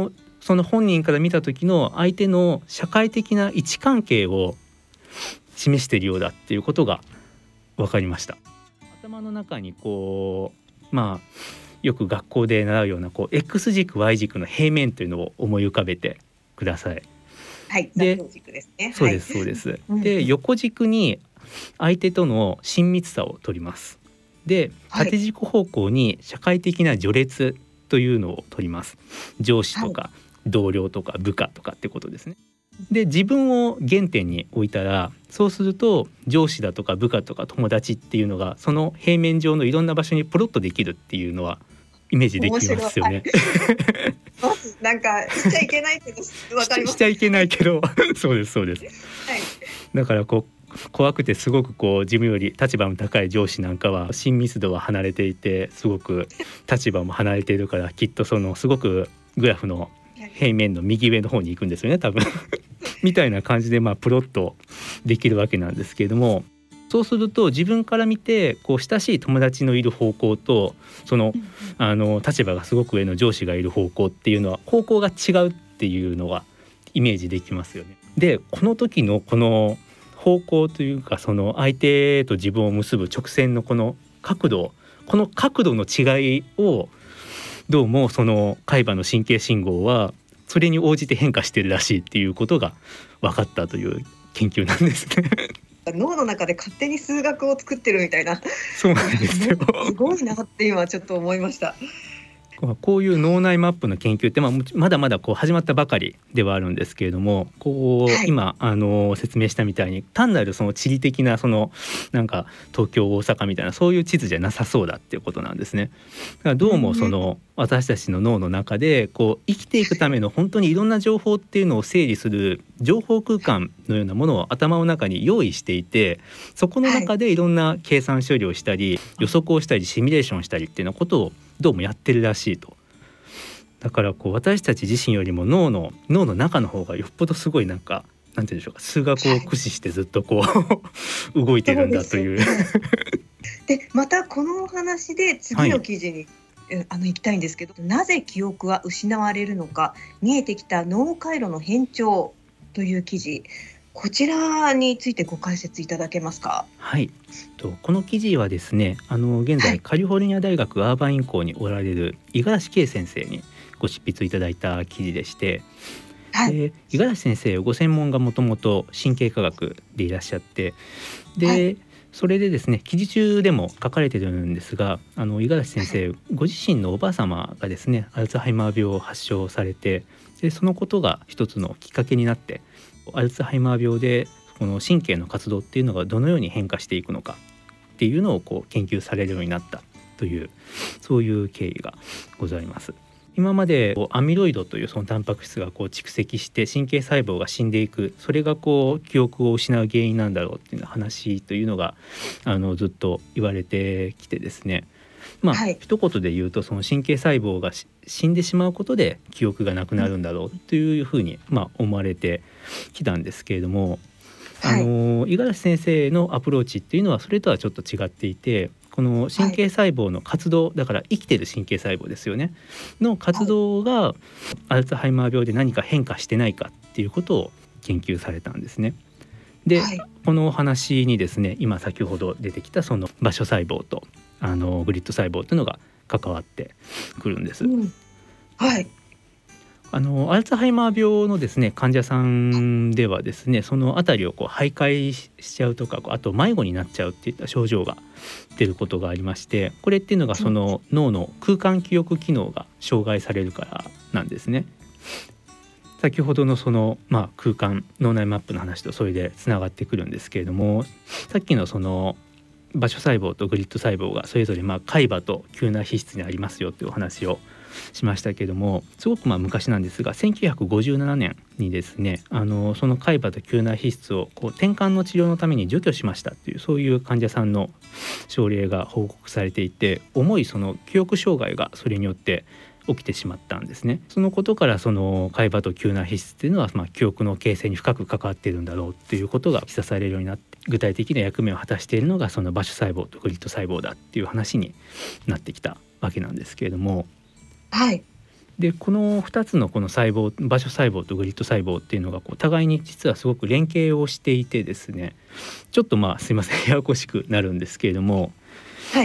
その本人から見た時の相手の社会的な位置関係を示しているようだっていうことが分かりました。頭の中にこうよく学校で習うようなX 軸 Y 軸の平面というのを思い浮かべてください。 はい、で、軸ですね。 そうですそうです。で、横軸に相手との親密さを取ります。で、縦軸方向に社会的な序列というのを取ります。上司とか同僚とか部下とかってことですね。で、自分を原点に置いたら、そうすると上司だとか部下とか友達っていうのがその平面上のいろんな場所にポロッとできるっていうのはイメージできますよね。 なんかしちゃいけないけど分かります。 しちゃいけないけどそうですそうです。 はい、 だから怖くてすごく自分より立場の高い上司なんかは親密度は離れていて、すごく立場も離れているから、きっとそのすごくグラフの平面の右上の方に行くんですよね多分みたいな感じでプロッとできるわけなんですけれども、そうすると自分から見て親しい友達のいる方向とその立場がすごく上の上司がいる方向っていうのは方向が違うっていうのがイメージできますよね。で、この時のこの方向というか、その相手と自分を結ぶ直線のこの角度の違いをどうもその海馬の神経信号はそれに応じて変化してるらしいっていうことが分かったという研究なんですね。 脳の中で勝手に数学を作ってるみたいな。 そうなんですよ。 すごいなって今ちょっと思いました。 こういう脳内マップの研究ってまだまだ始まったばかりではあるんですけれども、今説明したみたいに単なるその地理的ななんか東京大阪みたいなそういう地図じゃなさそうだっていうことなんですね。だからどうも私たちの脳の中で生きていくための本当にいろんな情報っていうのを整理する情報空間のようなものを頭の中に用意していて、そこの中でいろんな計算処理をしたり予測をしたりシミュレーションしたりっていうようなことをどうもやってるらしいと。だから私たち自身よりも脳の中の方がよっぽどすごいなんて言うんでしょうか、数学を駆使してずっと動いてるんだという。 で、またこのお話で次の記事に、行きたいんですけど、なぜ記憶は失われるのか、見えてきた脳回路の変調という記事、こちらについてご解説いただけますか。 はい、この記事はですね、現在カリフォルニア大学アーバイン校におられる五十嵐圭先生にご執筆いただいた記事でして、五十嵐先生ご専門がもともと神経科学でいらっしゃって、で、それでですね、記事中でも書かれているんですが、五十嵐先生ご自身のおばあ様がですねアルツハイマー病を発症されて、でそのことが一つのきっかけになって、アルツハイマー病でこの神経の活動っていうのがどのように変化していくのかっていうのを研究されるようになったという、そういう経緯がございます。今までアミロイドというそのタンパク質が蓄積して神経細胞が死んでいく、それが記憶を失う原因なんだろうっていう話というのがずっと言われてきてですね、一言で言うとその神経細胞が死んでしまうことで記憶がなくなるんだろうというふうに思われてきたんですけれども、五十嵐先生のアプローチっていうのはそれとはちょっと違っていて、この神経細胞の活動、だから生きてる神経細胞ですよねの活動がアルツハイマー病で何か変化してないかっていうことを研究されたんですね。で、このお話にですね、今先ほど出てきたその場所細胞とグリッド細胞というのが関わってくるんです。アルツハイマー病のですね患者さんではですね、その辺りを徘徊しちゃうとか、あと迷子になっちゃうっていった症状が出ることがありまして、これっていうのがその脳の空間記憶機能が障害されるからなんですね。先ほどのその空間脳内マップの話とそれでつながってくるんですけれども、さっきのその場所細胞とグリッド細胞がそれぞれ海馬と丘内皮質にありますよというお話をしましたけれども、すごく昔なんですが1957年にですねその海馬と丘内皮質を転換の治療のために除去しましたっていう、そういう患者さんの症例が報告されていて、重いその記憶障害がそれによって起きてしまったんですね。そのことからその海馬と丘内皮質っていうのは記憶の形成に深く関わっているんだろうっていうことが示唆されるようになって、具体的な役目を果たしているのがその場所細胞とグリッド細胞だっていう話になってきたわけなんですけれども、 でこの2つのこの細胞、場所細胞とグリッド細胞っていうのが互いに実はすごく連携をしていてですね、ちょっとすいませんややこしくなるんですけれども、 はい、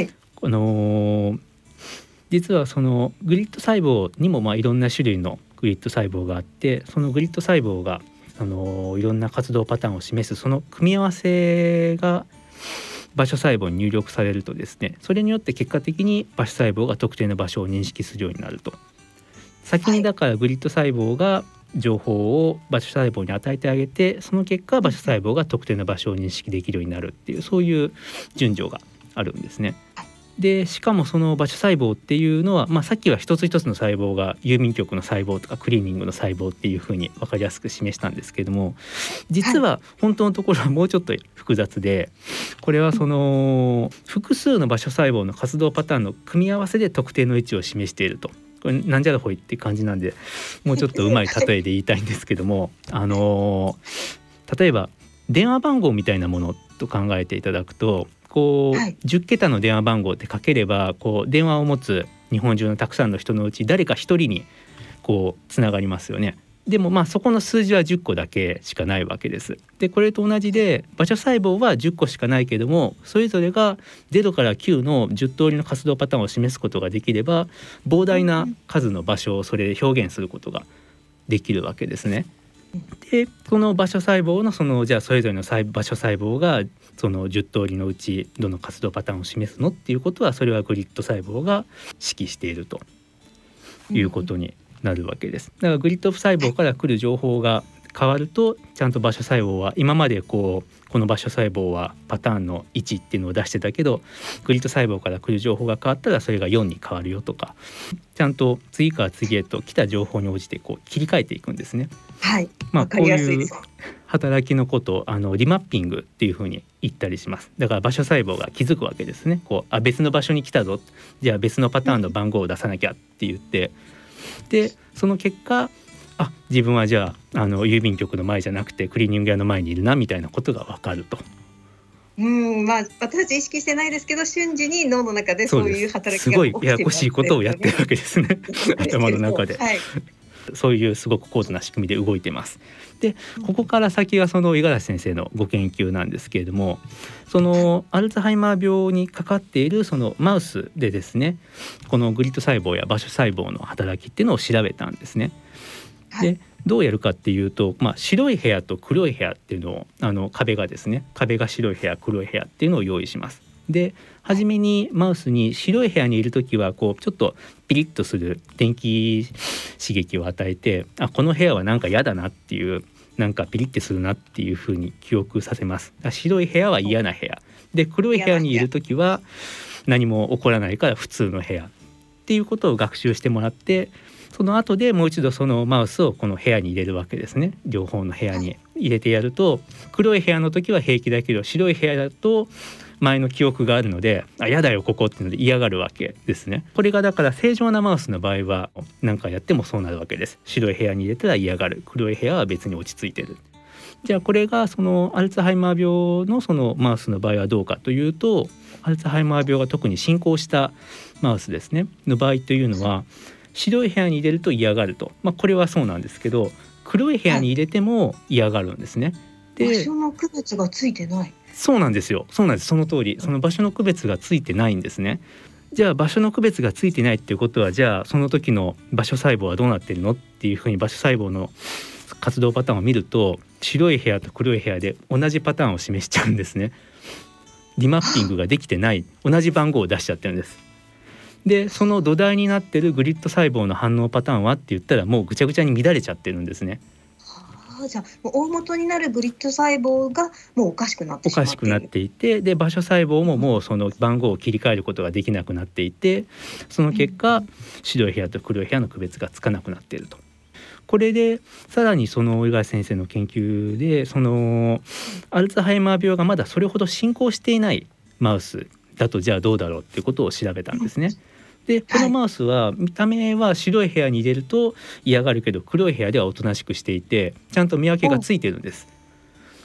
実はそのグリッド細胞にもいろんな種類のグリッド細胞があって、そのグリッド細胞がいろんな活動パターンを示すその組み合わせが場所細胞に入力されるとですね、それによって結果的に場所細胞が特定の場所を認識するようになると。先にだからグリッド細胞が情報を場所細胞に与えてあげて、その結果場所細胞が特定の場所を認識できるようになるっていう、そういう順序があるんですね。でしかもその場所細胞っていうのは、さっきは一つ一つの細胞が郵便局の細胞とかクリーニングの細胞っていうふうに分かりやすく示したんですけれども、実は本当のところはもうちょっと複雑で、これはその複数の場所細胞の活動パターンの組み合わせで特定の位置を示していると。これなんじゃらほいって感じなんで、もうちょっとうまい例えで言いたいんですけども例えば電話番号みたいなものと考えていただくと、10桁の電話番号ってかければ電話を持つ日本中のたくさんの人のうち誰か一人につながりますよね。でもそこの数字は10個だけしかないわけです。でこれと同じで場所細胞は10個しかないけども、それぞれが0から9の10通りの活動パターンを示すことができれば、膨大な数の場所をそれで表現することができるわけですね。でこの場所細胞のじゃあそれぞれの場所細胞がその10通りのうちどの活動パターンを示すのっていうことは、それはグリッド細胞が指揮しているということになるわけです。だからグリッド細胞から来る情報が変わると、ちゃんと場所細胞は今までこの場所細胞はパターンの1っていうのを出してたけど、グリッド細胞から来る情報が変わったらそれが4に変わるよとか、ちゃんと次から次へと来た情報に応じて切り替えていくんですね。 はい、 こういう働きのことをリマッピングっていうふうに言ったりします。だから場所細胞が気づくわけですね。別の場所に来たぞ、じゃあ別のパターンの番号を出さなきゃって言って、でその結果自分はじゃあ郵便局の前じゃなくてクリーニング屋の前にいるなみたいなことが分かると。 私たち意識してないですけど、瞬時に脳の中でそういう働きが起きてますね。 すごいややこしいことをやってるわけですね頭の中で、はい、そういうすごく高度な仕組みで動いてます。でここから先がその五十嵐先生のご研究なんですけれども、そのアルツハイマー病にかかっているそのマウスでですね、このグリッド細胞や場所細胞の働きっていうのを調べたんですね。でどうやるかっていうと、白い部屋と黒い部屋っていうのを壁が白い部屋黒い部屋っていうのを用意します。で初めにマウスに白い部屋にいるときはちょっとピリッとする電気刺激を与えて、この部屋はなんか嫌だなっていう、なんかピリッとするなっていうふうに記憶させます。白い部屋は嫌な部屋で、黒い部屋にいるときは何も起こらないから普通の部屋っていうことを学習してもらって、その後でもう一度そのマウスをこの部屋に入れるわけですね。両方の部屋に入れてやると、黒い部屋の時は平気だけど白い部屋だと前の記憶があるので、嫌だよここっていうので嫌がるわけですね。これがだから正常なマウスの場合は何かやってもそうなるわけです。白い部屋に入れたら嫌がる、黒い部屋は別に落ち着いてる。じゃあこれがそのアルツハイマー病のそのマウスの場合はどうかというと、アルツハイマー病が特に進行したマウスですねの場合というのは、白い部屋に入れると嫌がると、これはそうなんですけど、黒い部屋に入れても嫌がるんですね。で場所の区別がついてない。 そうなんですよ。そうなんです。その通り、その場所の区別がついてないんですね。じゃあ場所の区別がついてないっていうことは、じゃあその時の場所細胞はどうなってるのっていうふうに場所細胞の活動パターンを見ると、白い部屋と黒い部屋で同じパターンを示しちゃうんですね。リマッピングができてない、同じ番号を出しちゃってるんです。でその土台になってるグリッド細胞の反応パターンはって言ったら、もうぐちゃぐちゃに乱れちゃってるんですね。 じゃあ大元になるグリッド細胞がもうおかしくなってしまっている。 おかしくなっていて、で場所細胞ももうその番号を切り替えることができなくなっていて、その結果、白い部屋と黒い部屋の区別がつかなくなっていると。これでさらにその五十嵐先生の研究で、そのアルツハイマー病がまだそれほど進行していないマウスだと、じゃあどうだろうっていうことを調べたんですね。でこのマウスは見た目は白い部屋に入れると嫌がるけど、黒い部屋ではおとなしくしていて、ちゃんと見分けがついてるんです。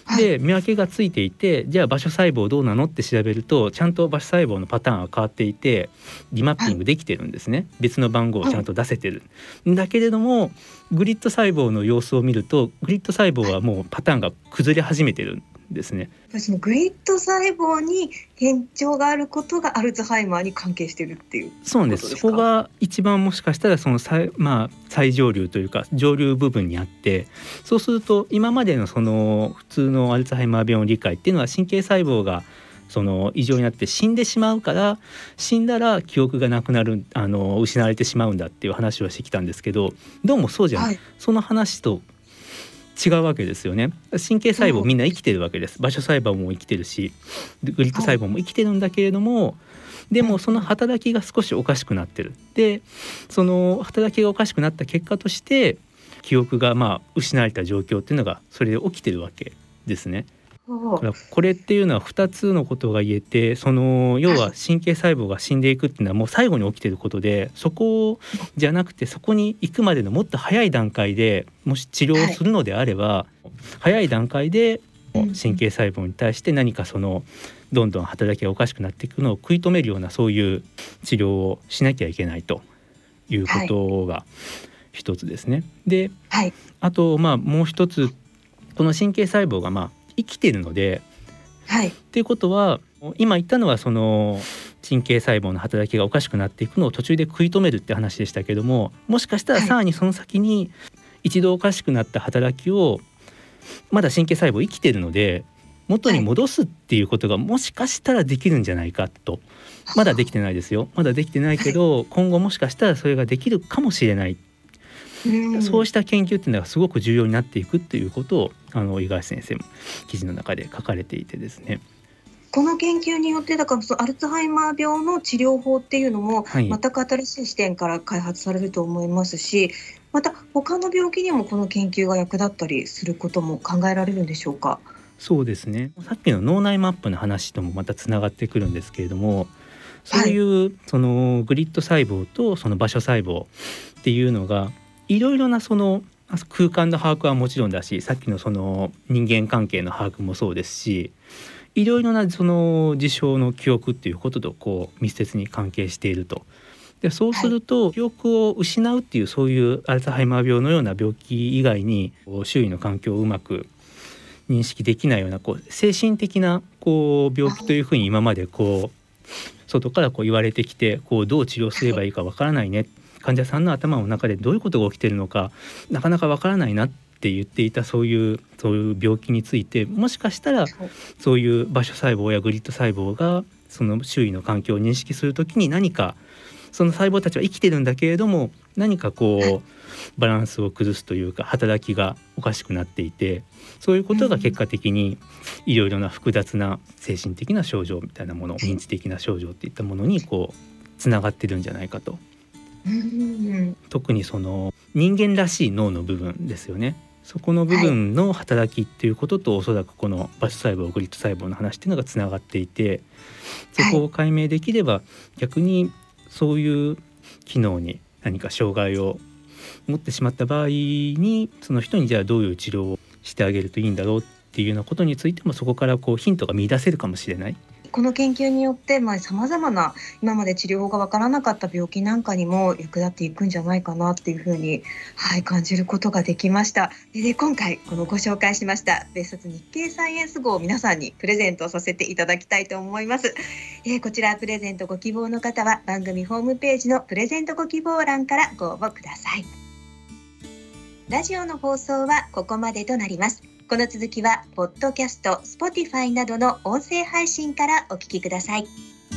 で見分けがついていて、じゃあ場所細胞どうなのって調べるとちゃんと場所細胞のパターンが変わっていてリマッピングできてるんですね。別の番号をちゃんと出せてる、だけれどもグリッド細胞の様子を見るとグリッド細胞はもうパターンが崩れ始めてるんですね。 そのグリッド細胞に変調があることがアルツハイマーに関係してるっていうことですか？ そうです。そこが一番もしかしたらその最上流というか上流部分にあって、そうすると今までのその普通のアルツハイマー病の理解っていうのは神経細胞がその異常になって死んでしまうから、死んだら記憶がなくなる失われてしまうんだっていう話をしてきたんですけど、どうもそうじゃない、その話と違うわけですよね。神経細胞みんな生きてるわけです。場所細胞も生きてるしグリッド細胞も生きてるんだけれども、でもその働きが少しおかしくなってる。でその働きがおかしくなった結果として記憶が失われた状況っていうのがそれで起きてるわけですね。だからこれっていうのは2つのことが言えて、その要は神経細胞が死んでいくっていうのはもう最後に起きてることで、そこじゃなくてそこに行くまでのもっと早い段階でもし治療をするのであれば、早い段階で神経細胞に対して何かそのどんどん働きがおかしくなっていくのを食い止めるようなそういう治療をしなきゃいけないということが一つですね。で、あともう一つ、この神経細胞が生きているので、っていうことは今言ったのはその神経細胞の働きがおかしくなっていくのを途中で食い止めるって話でしたけども、もしかしたらさらにその先に一度おかしくなった働きをまだ神経細胞生きているので元に戻すっていうことがもしかしたらできるんじゃないかと。まだできてないですよ。まだできてないけど今後もしかしたらそれができるかもしれない。そうした研究っていうのがすごく重要になっていくっていうことを五十嵐先生も記事の中で書かれていてですね。 この研究によってだからそのアルツハイマー病の治療法っていうのも全く新しい視点から開発されると思いますし、また他の病気にもこの研究が役立ったりすることも考えられるんでしょうか？ そうですね。さっきの脳内マップの話ともまたつながってくるんですけれども、そういうそのグリッド細胞とその場所細胞っていうのがいろいろなその空間の把握はもちろんだし、さっきのその人間関係の把握もそうですし、いろいろなその事象の記憶っていうことと密接に関係していると。でそうすると記憶を失うっていうそういうアルツハイマー病のような病気以外に周囲の環境をうまく認識できないような精神的な病気というふうに今まで外から言われてきてどう治療すればいいかわからないね、患者さんの頭の中でどういうことが起きているのかなかなかわからないなって言っていたそういう病気について、もしかしたらそういう場所細胞やグリッド細胞がその周囲の環境を認識するときに何かその細胞たちは生きてるんだけれども何かバランスを崩すというか働きがおかしくなっていて、そういうことが結果的にいろいろな複雑な精神的な症状みたいなもの、認知的な症状っていったものにつながってるんじゃないかと。特にその人間らしい脳の部分ですよね。そこの部分の働きっていうこととおそらくこの場所細胞グリッド細胞の話っていうのがつながっていて、そこを解明できれば逆にそういう機能に何か障害を持ってしまった場合にその人にじゃあどういう治療をしてあげるといいんだろうっていうようなことについてもそこからヒントが見出せるかもしれない。 この研究によってさまざまな今まで治療法がわからなかった病気なんかにも役立っていくんじゃないかなっていうふうに、感じることができました。で今回ご紹介しました別冊日経サイエンス号を皆さんにプレゼントさせていただきたいと思います。こちらプレゼントご希望の方は番組ホームページのプレゼントご希望欄からご応募ください。ラジオの放送はここまでとなります。この続きはポッドキャスト、Spotify などの音声配信からお聞きください。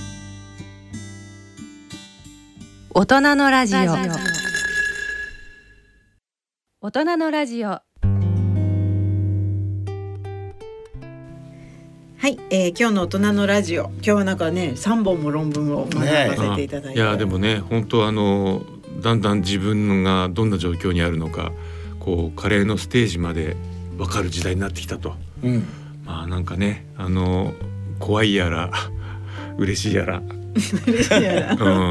大人のラジオ。大人のラジオ。 はい、今日の大人のラジオ、今日はなんかね3本も論文を学ばせていただいて、 いやでもね本当だんだん自分がどんな状況にあるのか加齢のステージまで分かる時代になってきたと、なんかね怖いやら嬉しいやら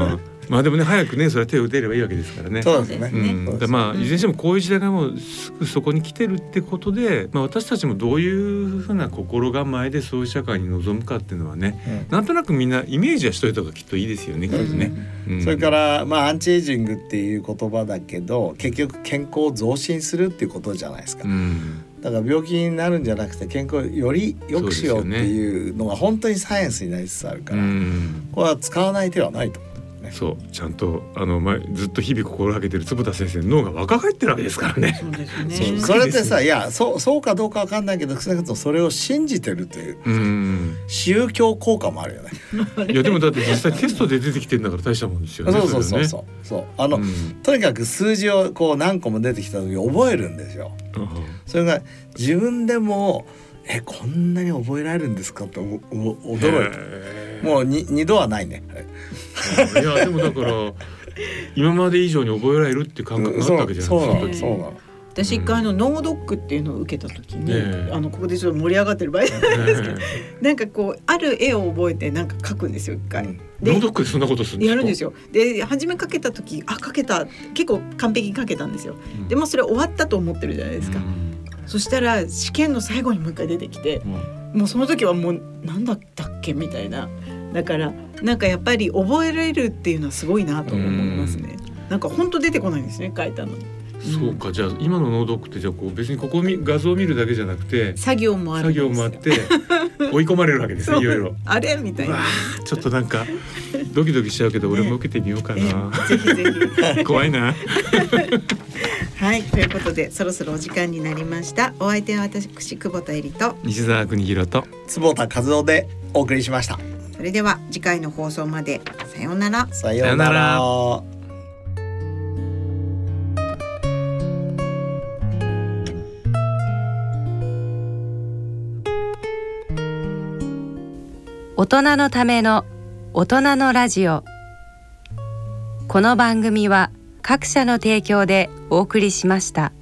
まあでもね早くねそれは手を打てればいいわけですからね。 そうですね。 まあいずれにしてもこういう時代がもうすぐそこに来てるってことで、まあ私たちもどういうふうな心構えでそういう社会に臨むかっていうのはね、なんとなくみんなイメージはしといた方がきっといいですよね。 それからまあアンチエイジングっていう言葉だけど結局健康を増進するっていうことじゃないですか。だから病気になるんじゃなくて健康をより良くしようっていうのが本当にサイエンスになりつつあるから、これは使わない手はないと思う。 そうちゃんとずっと日々心がけてる坪田先生の脳が若返ってるわけですからね。 そうですね。 それってさいやそうかどうかわかんないけど少なくともそれを信じてるという宗教効果もあるよね。 いやでもだって実際テストで出てきてるんだから大したもんですよね。 そうとにかく数字をこう何個も出てきた時覚えるんですよ。それが自分でもこんなに覚えられるんですかと驚いて。もう2度はないね。 いやでもだから今まで以上に覚えられるっていう感覚があったわけじゃないですか。 そうなの。 私一回ノードックっていうのを受けた時に、ここでちょっと盛り上がってる場合なんですけど、なんかこうある絵を覚えてなんか描くんですよ一回。ノードックでそんなことするんですか？ やるんですよ。で初め描けた時描けた結構完璧に描けたんですよ。でもそれ終わったと思ってるじゃないですか。そしたら試験の最後にもう一回出てきて、もうその時はもうなんだったっけみたいな。だからなんかやっぱり覚えられるっていうのはすごいなと思いますね。なんか本当出てこないんですね書いたのに。 そうかじゃあ今のノードックってじゃあこう別にここ画像を見るだけじゃなくて作業もあって追い込まれるわけですねいろいろ。 あれみたいな。 ちょっとなんかドキドキしちゃうけど俺も受けてみようかな。 ぜひぜひ怖いな。 はいということでそろそろお時間になりました。お相手は私久保田恵里と西澤邦弘と坪田和夫でお送りしました。 それでは次回の放送までさようなら。 さようなら。 大人のための大人のラジオ。この番組は各社の提供でお送りしました。